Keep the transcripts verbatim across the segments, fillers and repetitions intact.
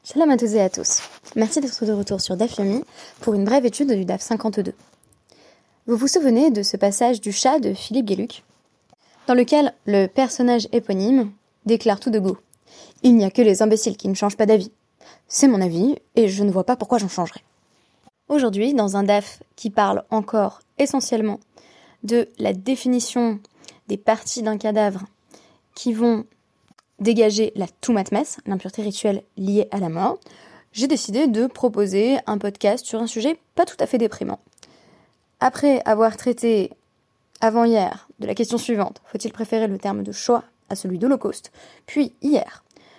Shalom à toutes et à tous. Merci d'être de retour sur Daf Yomi pour une brève étude du Daf cinquante-deux. Vous vous souvenez de ce passage du chat de Philippe Guéluc, dans lequel le personnage éponyme déclare tout de go « Il n'y a que les imbéciles qui ne changent pas d'avis. C'est mon avis et je ne vois pas pourquoi j'en changerais. » Aujourd'hui, dans un Daf qui parle encore essentiellement de la définition des parties d'un cadavre qui vont dégager la toumatmes, l'impureté rituelle liée à la mort, j'ai décidé de proposer un podcast sur un sujet pas tout à fait déprimant. Après avoir traité avant-hier de la question suivante, faut-il préférer le terme de Shoah à celui d'Holocauste, puis hier,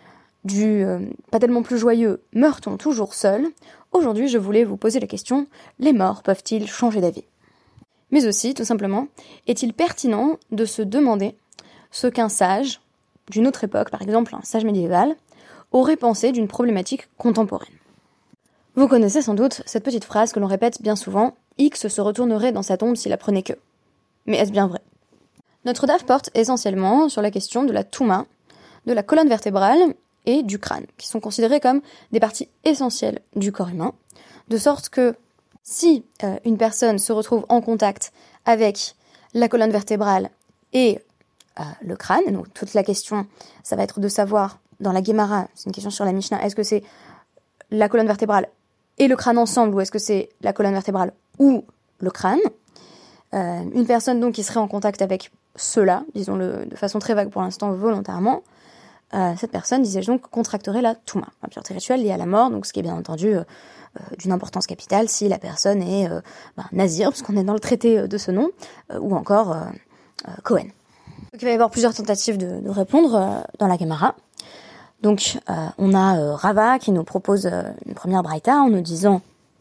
du euh, pas tellement plus joyeux, meurt-on toujours seul, aujourd'hui je voulais vous poser la question, les morts peuvent-ils changer d'avis ? Mais aussi, tout simplement, est-il pertinent de se demander ce qu'un sage d'une autre époque, par exemple un sage médiéval, aurait pensé d'une problématique contemporaine. Vous connaissez sans doute cette petite phrase que l'on répète bien souvent, « X se retournerait dans sa tombe s'il apprenait que ». Mais est-ce bien vrai ? Notre daf porte essentiellement sur la question de la touma, de la colonne vertébrale et du crâne, qui sont considérés comme des parties essentielles du corps humain, de sorte que si euh, une personne se retrouve en contact avec la colonne vertébrale et Euh, le crâne, donc toute la question, ça va être de savoir, dans la Gemara, c'est une question sur la Mishnah, est-ce que c'est la colonne vertébrale et le crâne ensemble, ou est-ce que c'est la colonne vertébrale ou le crâne ? euh, Une personne donc qui serait en contact avec cela, disons-le de façon très vague pour l'instant, volontairement, euh, cette personne, disais-je donc, contracterait la touma, l'impureté rituelle liée à la mort, donc ce qui est bien entendu euh, euh, d'une importance capitale si la personne est euh, bah, nazir, parce qu'on est dans le traité de ce nom, euh, ou encore euh, euh, Cohen. Donc, il va y avoir plusieurs tentatives de, de répondre euh, dans la Gemara. Donc, euh, on a euh, Rava qui nous propose euh, une première braïta en nous disant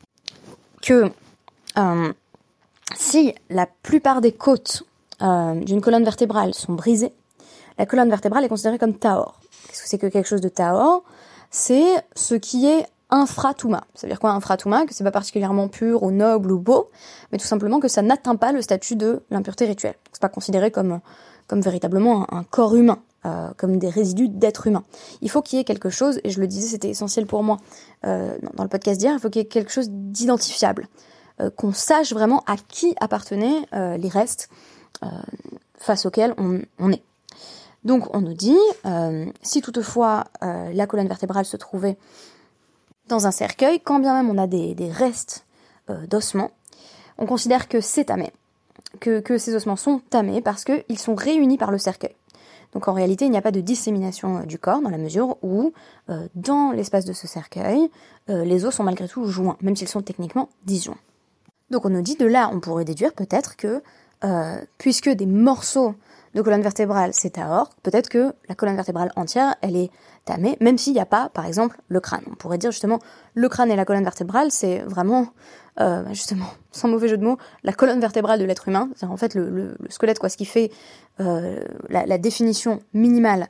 que euh, si la plupart des côtes euh, d'une colonne vertébrale sont brisées, la colonne vertébrale est considérée comme tahor. Qu'est-ce que c'est que quelque chose de tahor ? C'est ce qui est infratouma. Ça veut dire quoi infratouma ? Que c'est pas particulièrement pur ou noble ou beau, mais tout simplement que ça n'atteint pas le statut de l'impureté rituelle. Donc, c'est pas considéré comme comme véritablement un, un corps humain, euh, comme des résidus d'êtres humains. Il faut qu'il y ait quelque chose, et je le disais, c'était essentiel pour moi euh, dans le podcast d'hier, il faut qu'il y ait quelque chose d'identifiable, euh, qu'on sache vraiment à qui appartenaient euh, les restes euh, face auxquels on, on est. Donc on nous dit, euh, si toutefois euh, la colonne vertébrale se trouvait dans un cercueil, quand bien même on a des, des restes euh, d'ossements, on considère que c'est tamé. Que, que ces ossements sont tamés parce qu'ils sont réunis par le cercueil. Donc en réalité, il n'y a pas de dissémination euh, du corps dans la mesure où, euh, dans l'espace de ce cercueil, euh, les os sont malgré tout joints, même s'ils sont techniquement disjoints. Donc on nous dit, de là, on pourrait déduire peut-être que, euh, puisque des morceaux de colonne vertébrale, c'est tahor, peut-être que la colonne vertébrale entière, elle est tamée, même s'il n'y a pas, par exemple, le crâne. On pourrait dire justement, le crâne et la colonne vertébrale, c'est vraiment... Euh, justement, sans mauvais jeu de mots, la colonne vertébrale de l'être humain, c'est en fait le, le, le squelette, quoi, ce qui fait euh, la, la définition minimale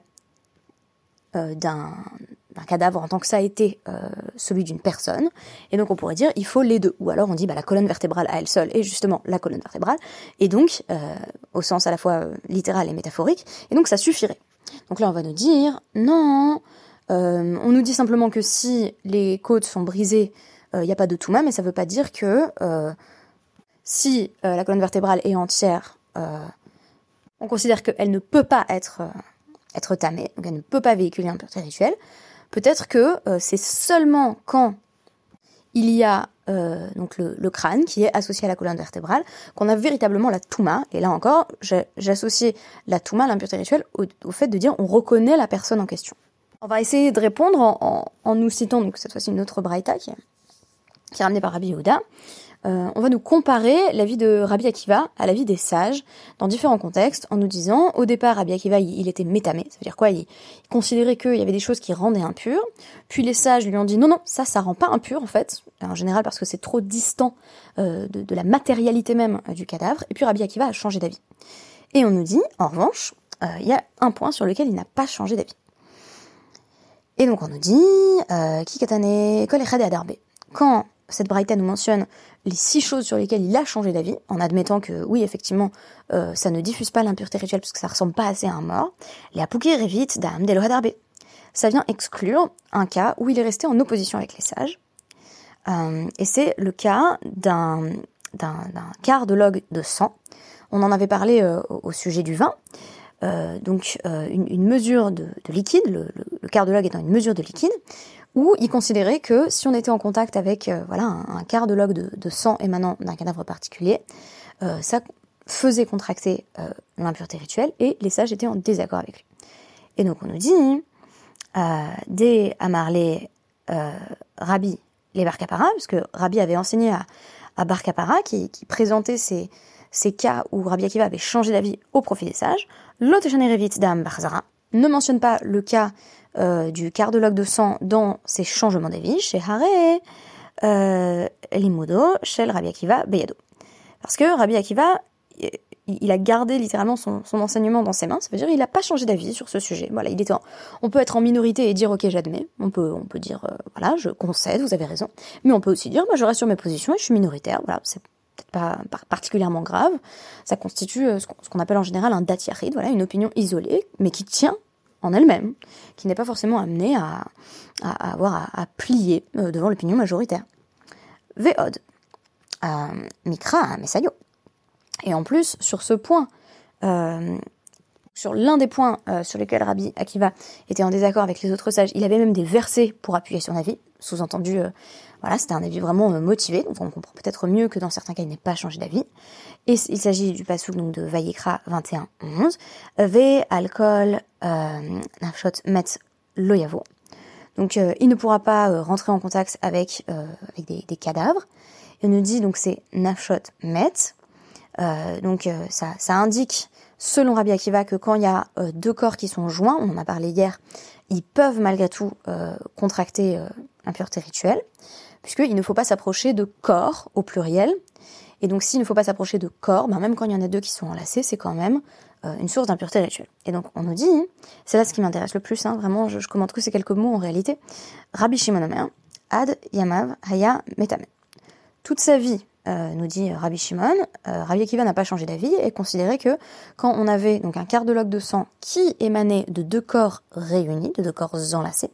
euh, d'un, d'un cadavre en tant que ça a été euh, celui d'une personne. Et donc on pourrait dire, il faut les deux. Ou alors on dit, bah, la colonne vertébrale à elle seule est justement la colonne vertébrale, et donc, euh, au sens à la fois littéral et métaphorique, et donc ça suffirait. Donc là on va nous dire, non, euh, on nous dit simplement que si les côtes sont brisées, il euh, n'y a pas de touma, mais ça ne veut pas dire que euh, si euh, la colonne vertébrale est entière, euh, on considère qu'elle ne peut pas être, euh, être tamée, donc elle ne peut pas véhiculer un impureté rituelle. Peut-être que euh, c'est seulement quand il y a euh, donc le, le crâne qui est associé à la colonne vertébrale qu'on a véritablement la touma. Et là encore, j'ai, j'associais la touma, l'impureté rituelle, au, au fait de dire on reconnaît la personne en question. On va essayer de répondre en, en, en nous citant donc cette fois-ci une autre braïta qui est qui est ramené par Rabbi Yehuda. Euh, on va nous comparer la vie de Rabbi Akiva à la vie des sages dans différents contextes en nous disant, au départ, Rabbi Akiva, il, il était métamé, ça veut dire quoi ? il, il considérait qu'il y avait des choses qui rendaient impur, puis les sages lui ont dit, non, non, ça, ça rend pas impur, en fait, en général parce que c'est trop distant euh, de, de la matérialité même euh, du cadavre, et puis Rabbi Akiva a changé d'avis. Et on nous dit, en revanche, il euh, y a un point sur lequel il n'a pas changé d'avis. Et donc on nous dit, Ki katane kol echad adarbe. Quand cette braïta nous mentionne les six choses sur lesquelles il a changé d'avis, en admettant que, oui, effectivement, euh, ça ne diffuse pas l'impureté rituelle parce que ça ressemble pas assez à un mort. Les apouké revit d'am delo hadarbe. ça vient exclure un cas où il est resté en opposition avec les sages. Euh, et c'est le cas d'un, d'un, d'un quart de log de sang. On en avait parlé euh, au sujet du vin. Euh, donc euh, une, une mesure de, de liquide, le, le, le quart de log étant une mesure de liquide, où il considérait que si on était en contact avec euh, voilà un, un quart de log de, de sang émanant d'un cadavre particulier, euh, ça faisait contracter euh, l'impureté rituelle et les sages étaient en désaccord avec lui. Et donc on nous dit, euh, dès Amarlé euh, Rabbi les Bar Kapara, parce que Rabbi avait enseigné à, à Bar Kapara, qui, qui présentait ces, ces cas où Rabbi Akiva avait changé d'avis au profit des sages, l'Oteshanerevit d'Am Barzara ne mentionne pas le cas euh, du quart de log de sang dans ses changements d'avis, chez Haré, euh, Limudo, chez Rabbi Akiva Beyado. Parce que Rabbi Akiva, il a gardé littéralement son, son enseignement dans ses mains, ça veut dire qu'il n'a pas changé d'avis sur ce sujet. Voilà, il était en, on peut être en minorité et dire ok j'admets, on peut, on peut dire euh, voilà je concède, vous avez raison, mais on peut aussi dire moi je reste sur mes positions et je suis minoritaire, voilà, c'est peut-être pas particulièrement grave, ça constitue euh, ce, qu'on, ce qu'on appelle en général un dat yachid, voilà, une opinion isolée, mais qui tient en elle-même, qui n'est pas forcément amenée à, à, à avoir à, à plier euh, devant l'opinion majoritaire. Ve'od, euh, Mikra Mesayo. Et en plus, sur ce point, euh, sur l'un des points euh, sur lesquels Rabbi Akiva était en désaccord avec les autres sages, il avait même des versets pour appuyer son avis. Sous-entendu, euh, voilà, c'était un avis vraiment euh, motivé, donc on comprend peut-être mieux que dans certains cas, il n'ait pas changé d'avis. Et il s'agit du passouk donc de Vayikra vingt et un onze, Ve alcool euh, nafshot met loyavo. Donc euh, il ne pourra pas euh, rentrer en contact avec euh, avec des, des cadavres. Il nous dit donc c'est nafshot met. Euh, donc euh, ça, ça indique, selon Rabbi Akiva, que quand il y a euh, deux corps qui sont joints, on en a parlé hier, ils peuvent malgré tout euh, contracter euh, l'impureté rituelle, puisqu'il ne faut pas s'approcher de corps au pluriel. Et donc s'il ne faut pas s'approcher de corps, ben, même quand il y en a deux qui sont enlacés, c'est quand même euh, une source d'impureté rituelle. Et donc on nous dit, c'est là ce qui m'intéresse le plus, hein, vraiment, je, je commente que ces quelques mots en réalité, Rabbi Shimon Omer, Ad Yamav Haya Metame. Toute sa vie, Euh, nous dit Rabbi Shimon, euh, Rabbi Akiva n'a pas changé d'avis et considérait que quand on avait donc un quart de log de sang qui émanait de deux corps réunis, de deux corps enlacés,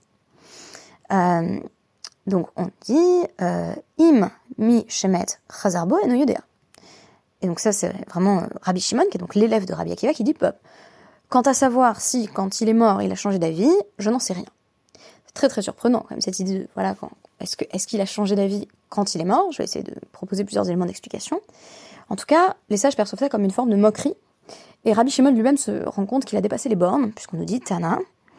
euh, donc on dit euh, im mi shemet chazarbo et no yodea. Et donc ça c'est vraiment euh, Rabbi Shimon qui est donc l'élève de Rabbi Akiva qui dit pop. Quant à savoir si quand il est mort il a changé d'avis, je n'en sais rien. C'est très très surprenant quand même cette idée de voilà quand est-ce que est-ce qu'il a changé d'avis quand il est mort. Je vais essayer de proposer plusieurs éléments d'explication. En tout cas, les sages perçoivent ça comme une forme de moquerie. Et Rabbi Shimon lui-même se rend compte qu'il a dépassé les bornes, puisqu'on nous dit Tana,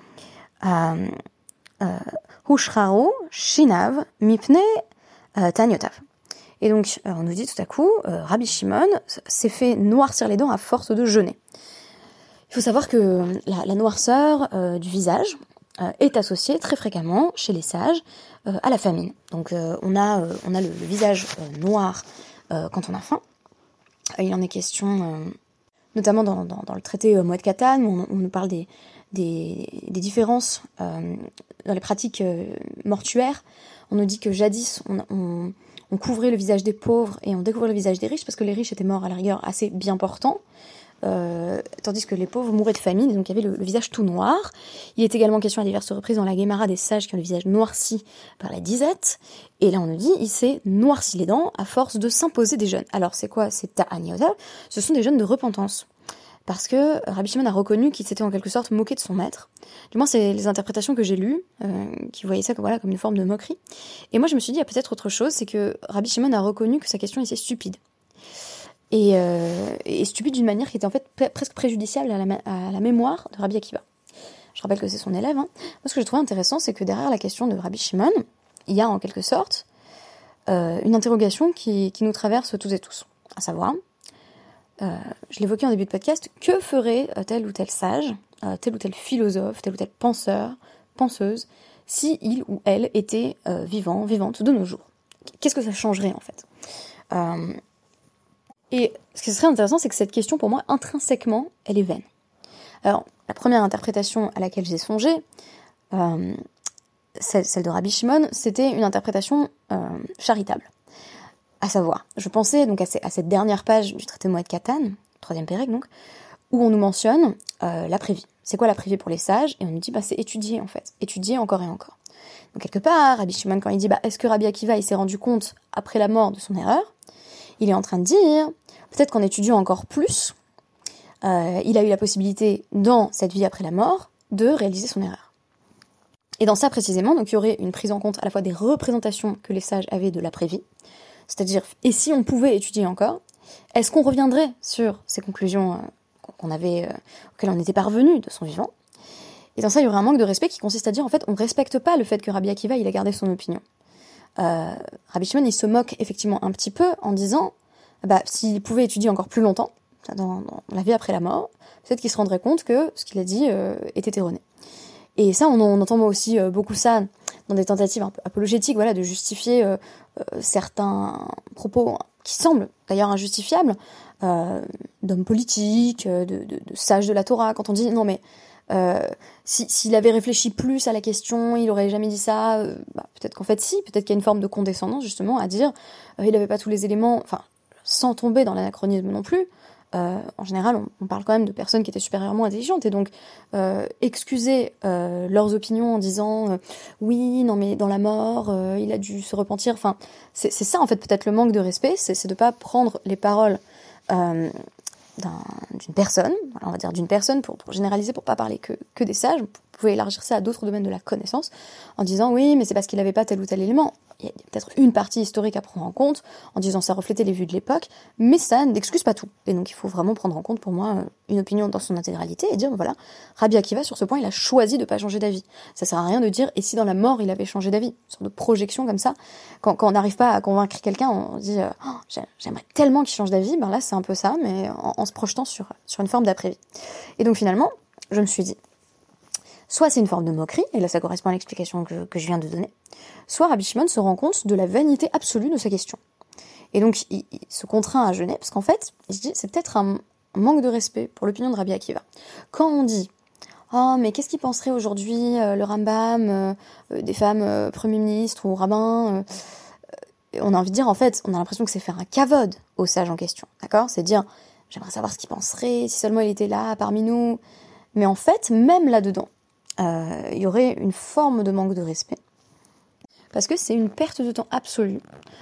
Hushraru, Shinav, Mipne, Tanyotav. Et donc, on nous dit tout à coup, euh, Rabbi Shimon s'est fait noircir les dents à force de jeûner. Il faut savoir que la, la noirceur euh, du visage euh, est associée très fréquemment chez les sages euh, à la famine. Donc euh, on a, euh, on a le, le visage euh, noir euh, quand on a faim. Euh, il en est question, euh, notamment dans, dans, dans le traité euh, Moed Katan, où on, on nous parle des, des, des différences euh, dans les pratiques euh, mortuaires. On nous dit que jadis, on, on, on couvrait le visage des pauvres et on découvrait le visage des riches, parce que les riches étaient morts à la rigueur assez bien portants. Euh, tandis que les pauvres mouraient de famine, et donc il y avait le, le visage tout noir. Il est également question à diverses reprises dans la Guémara des sages qui ont le visage noirci par la disette, et là on nous dit il s'est noirci les dents à force de s'imposer des jeûnes. Alors c'est quoi? C'est ta'aniyota, ce sont des jeûnes de repentance, parce que Rabbi Shimon a reconnu qu'il s'était en quelque sorte moqué de son maître. Du moins c'est les interprétations que j'ai lues, euh, qui voyaient ça comme, voilà, comme une forme de moquerie. Et moi je me suis dit il y a peut-être autre chose, c'est que Rabbi Shimon a reconnu que sa question était stupide. Et, euh, et stupide d'une manière qui était en fait p- presque préjudiciable à la, à la mémoire de Rabbi Akiva. Je rappelle que c'est son élève. Hein. Moi, ce que j'ai trouvé intéressant, c'est que derrière la question de Rabbi Shimon, il y a en quelque sorte euh, une interrogation qui, qui nous traverse tous et tous. À savoir, euh, je l'évoquais en début de podcast, que ferait euh, tel ou tel sage, euh, tel ou tel philosophe, tel ou tel penseur, penseuse, si il ou elle était euh, vivant, vivante de nos jours? Qu'est-ce que ça changerait en fait? euh, Et ce qui serait intéressant, c'est que cette question, pour moi, intrinsèquement, elle est vaine. Alors, la première interprétation à laquelle j'ai songé, euh, celle, celle de Rabbi Shimon, c'était une interprétation euh, charitable. À savoir, je pensais donc à, ces, à cette dernière page du traité Moed Katan, troisième pérec donc, où on nous mentionne euh, la prévie. C'est quoi la prévie pour les sages? Et on nous dit, bah c'est étudier en fait, étudier encore et encore. Donc quelque part, Rabbi Shimon, quand il dit, bah est-ce que Rabbi Akiva, il s'est rendu compte après la mort de son erreur? Il est en train de dire, peut-être qu'en étudiant encore plus, euh, il a eu la possibilité, dans cette vie après la mort, de réaliser son erreur. Et dans ça précisément, donc il y aurait une prise en compte à la fois des représentations que les sages avaient de l'après-vie, c'est-à-dire, et si on pouvait étudier encore, est-ce qu'on reviendrait sur ces conclusions euh, qu'on avait, euh, auxquelles on était parvenu de son vivant? Et dans ça, il y aurait un manque de respect qui consiste à dire, en fait, on ne respecte pas le fait que Rabbi Akiva, il a gardé son opinion. Euh, Rabbi Shimon, il se moque effectivement un petit peu en disant, bah, s'il pouvait étudier encore plus longtemps, dans, dans la vie après la mort, peut-être qu'il se rendrait compte que ce qu'il a dit euh, était erroné. Et ça, on, on entend moi aussi euh, beaucoup ça dans des tentatives un peu apologétiques, voilà, de justifier euh, euh, certains propos qui semblent d'ailleurs injustifiables, euh, d'hommes politiques, de, de, de sages de la Torah, quand on dit non mais euh, si, s'il avait réfléchi plus à la question, il aurait jamais dit ça, euh, bah, peut-être qu'en fait si, peut-être qu'il y a une forme de condescendance justement à dire euh, il n'avait pas tous les éléments, enfin sans tomber dans l'anachronisme non plus. Euh, en général, on, on parle quand même de personnes qui étaient supérieurement intelligentes, et donc euh, excuser euh, leurs opinions en disant euh, oui, non mais dans la mort, euh, il a dû se repentir. Enfin, c'est, c'est ça en fait peut-être le manque de respect, c'est, c'est de pas prendre les paroles euh, d'un, d'une personne, voilà, on va dire d'une personne pour, pour généraliser, pour pas parler que, que des sages. Vous pouvez élargir ça à d'autres domaines de la connaissance en disant oui, mais c'est parce qu'il avait pas tel ou tel élément. Il y a peut-être une partie historique à prendre en compte, en disant ça reflétait les vues de l'époque, mais ça n'excuse pas tout. Et donc il faut vraiment prendre en compte, pour moi, une opinion dans son intégralité, et dire, voilà, Rabbi Akiva, sur ce point, il a choisi de ne pas changer d'avis. Ça sert à rien de dire, et si dans la mort, il avait changé d'avis? Une sorte de projection comme ça. Quand, quand on n'arrive pas à convaincre quelqu'un, on dit, oh, j'aimerais tellement qu'il change d'avis, ben là, c'est un peu ça, mais en, en se projetant sur, sur une forme d'après-vie. Et donc finalement, je me suis dit, soit c'est une forme de moquerie, et là ça correspond à l'explication que, que je viens de donner, soit Rabbi Shimon se rend compte de la vanité absolue de sa question. Et donc il, il se contraint à jeûner, parce qu'en fait, je dis, c'est peut-être un, un manque de respect pour l'opinion de Rabbi Akiva. Quand on dit « Oh, mais qu'est-ce qu'il penserait aujourd'hui euh, le Rambam, euh, euh, des femmes euh, Premier ministre ou rabbins euh, ?» On a envie de dire, en fait, on a l'impression que c'est faire un kavod au sage en question, d'accord? C'est dire « J'aimerais savoir ce qu'il penserait, si seulement il était là, parmi nous. » Mais en fait, même là-dedans, Euh, il y aurait une forme de manque de respect, parce que c'est une perte de temps absolue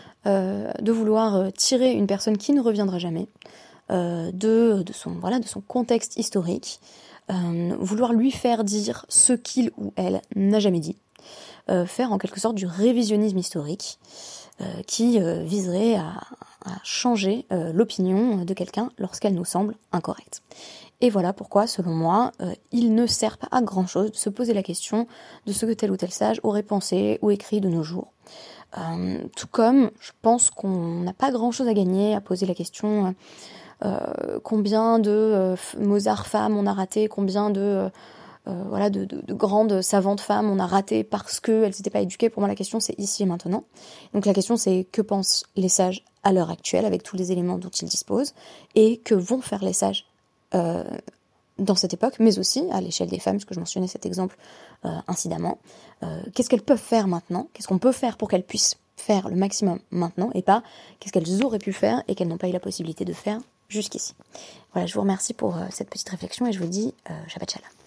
euh, de vouloir tirer une personne qui ne reviendra jamais euh, de, de, son, voilà, de son contexte historique, euh, vouloir lui faire dire ce qu'il ou elle n'a jamais dit, euh, faire en quelque sorte du révisionnisme historique euh, qui euh, viserait à, à changer euh, l'opinion de quelqu'un lorsqu'elle nous semble incorrecte. Et voilà pourquoi, selon moi, euh, il ne sert pas à grand-chose de se poser la question de ce que tel ou tel sage aurait pensé ou écrit de nos jours. Euh, tout comme je pense qu'on n'a pas grand-chose à gagner à poser la question euh, combien de euh, Mozart femmes on a raté, combien de, euh, voilà, de, de, de grandes savantes femmes on a raté parce qu'elles n'étaient pas éduquées. Pour moi, la question, c'est ici et maintenant. Donc la question, c'est que pensent les sages à l'heure actuelle, avec tous les éléments dont ils disposent, et que vont faire les sages Euh, dans cette époque, mais aussi à l'échelle des femmes, parce que je mentionnais cet exemple euh, incidemment. Euh, qu'est-ce qu'elles peuvent faire maintenant? Qu'est-ce qu'on peut faire pour qu'elles puissent faire le maximum maintenant, et pas qu'est-ce qu'elles auraient pu faire et qu'elles n'ont pas eu la possibilité de faire jusqu'ici. Voilà, je vous remercie pour euh, cette petite réflexion, et je vous dis euh, Shabbat Shalom.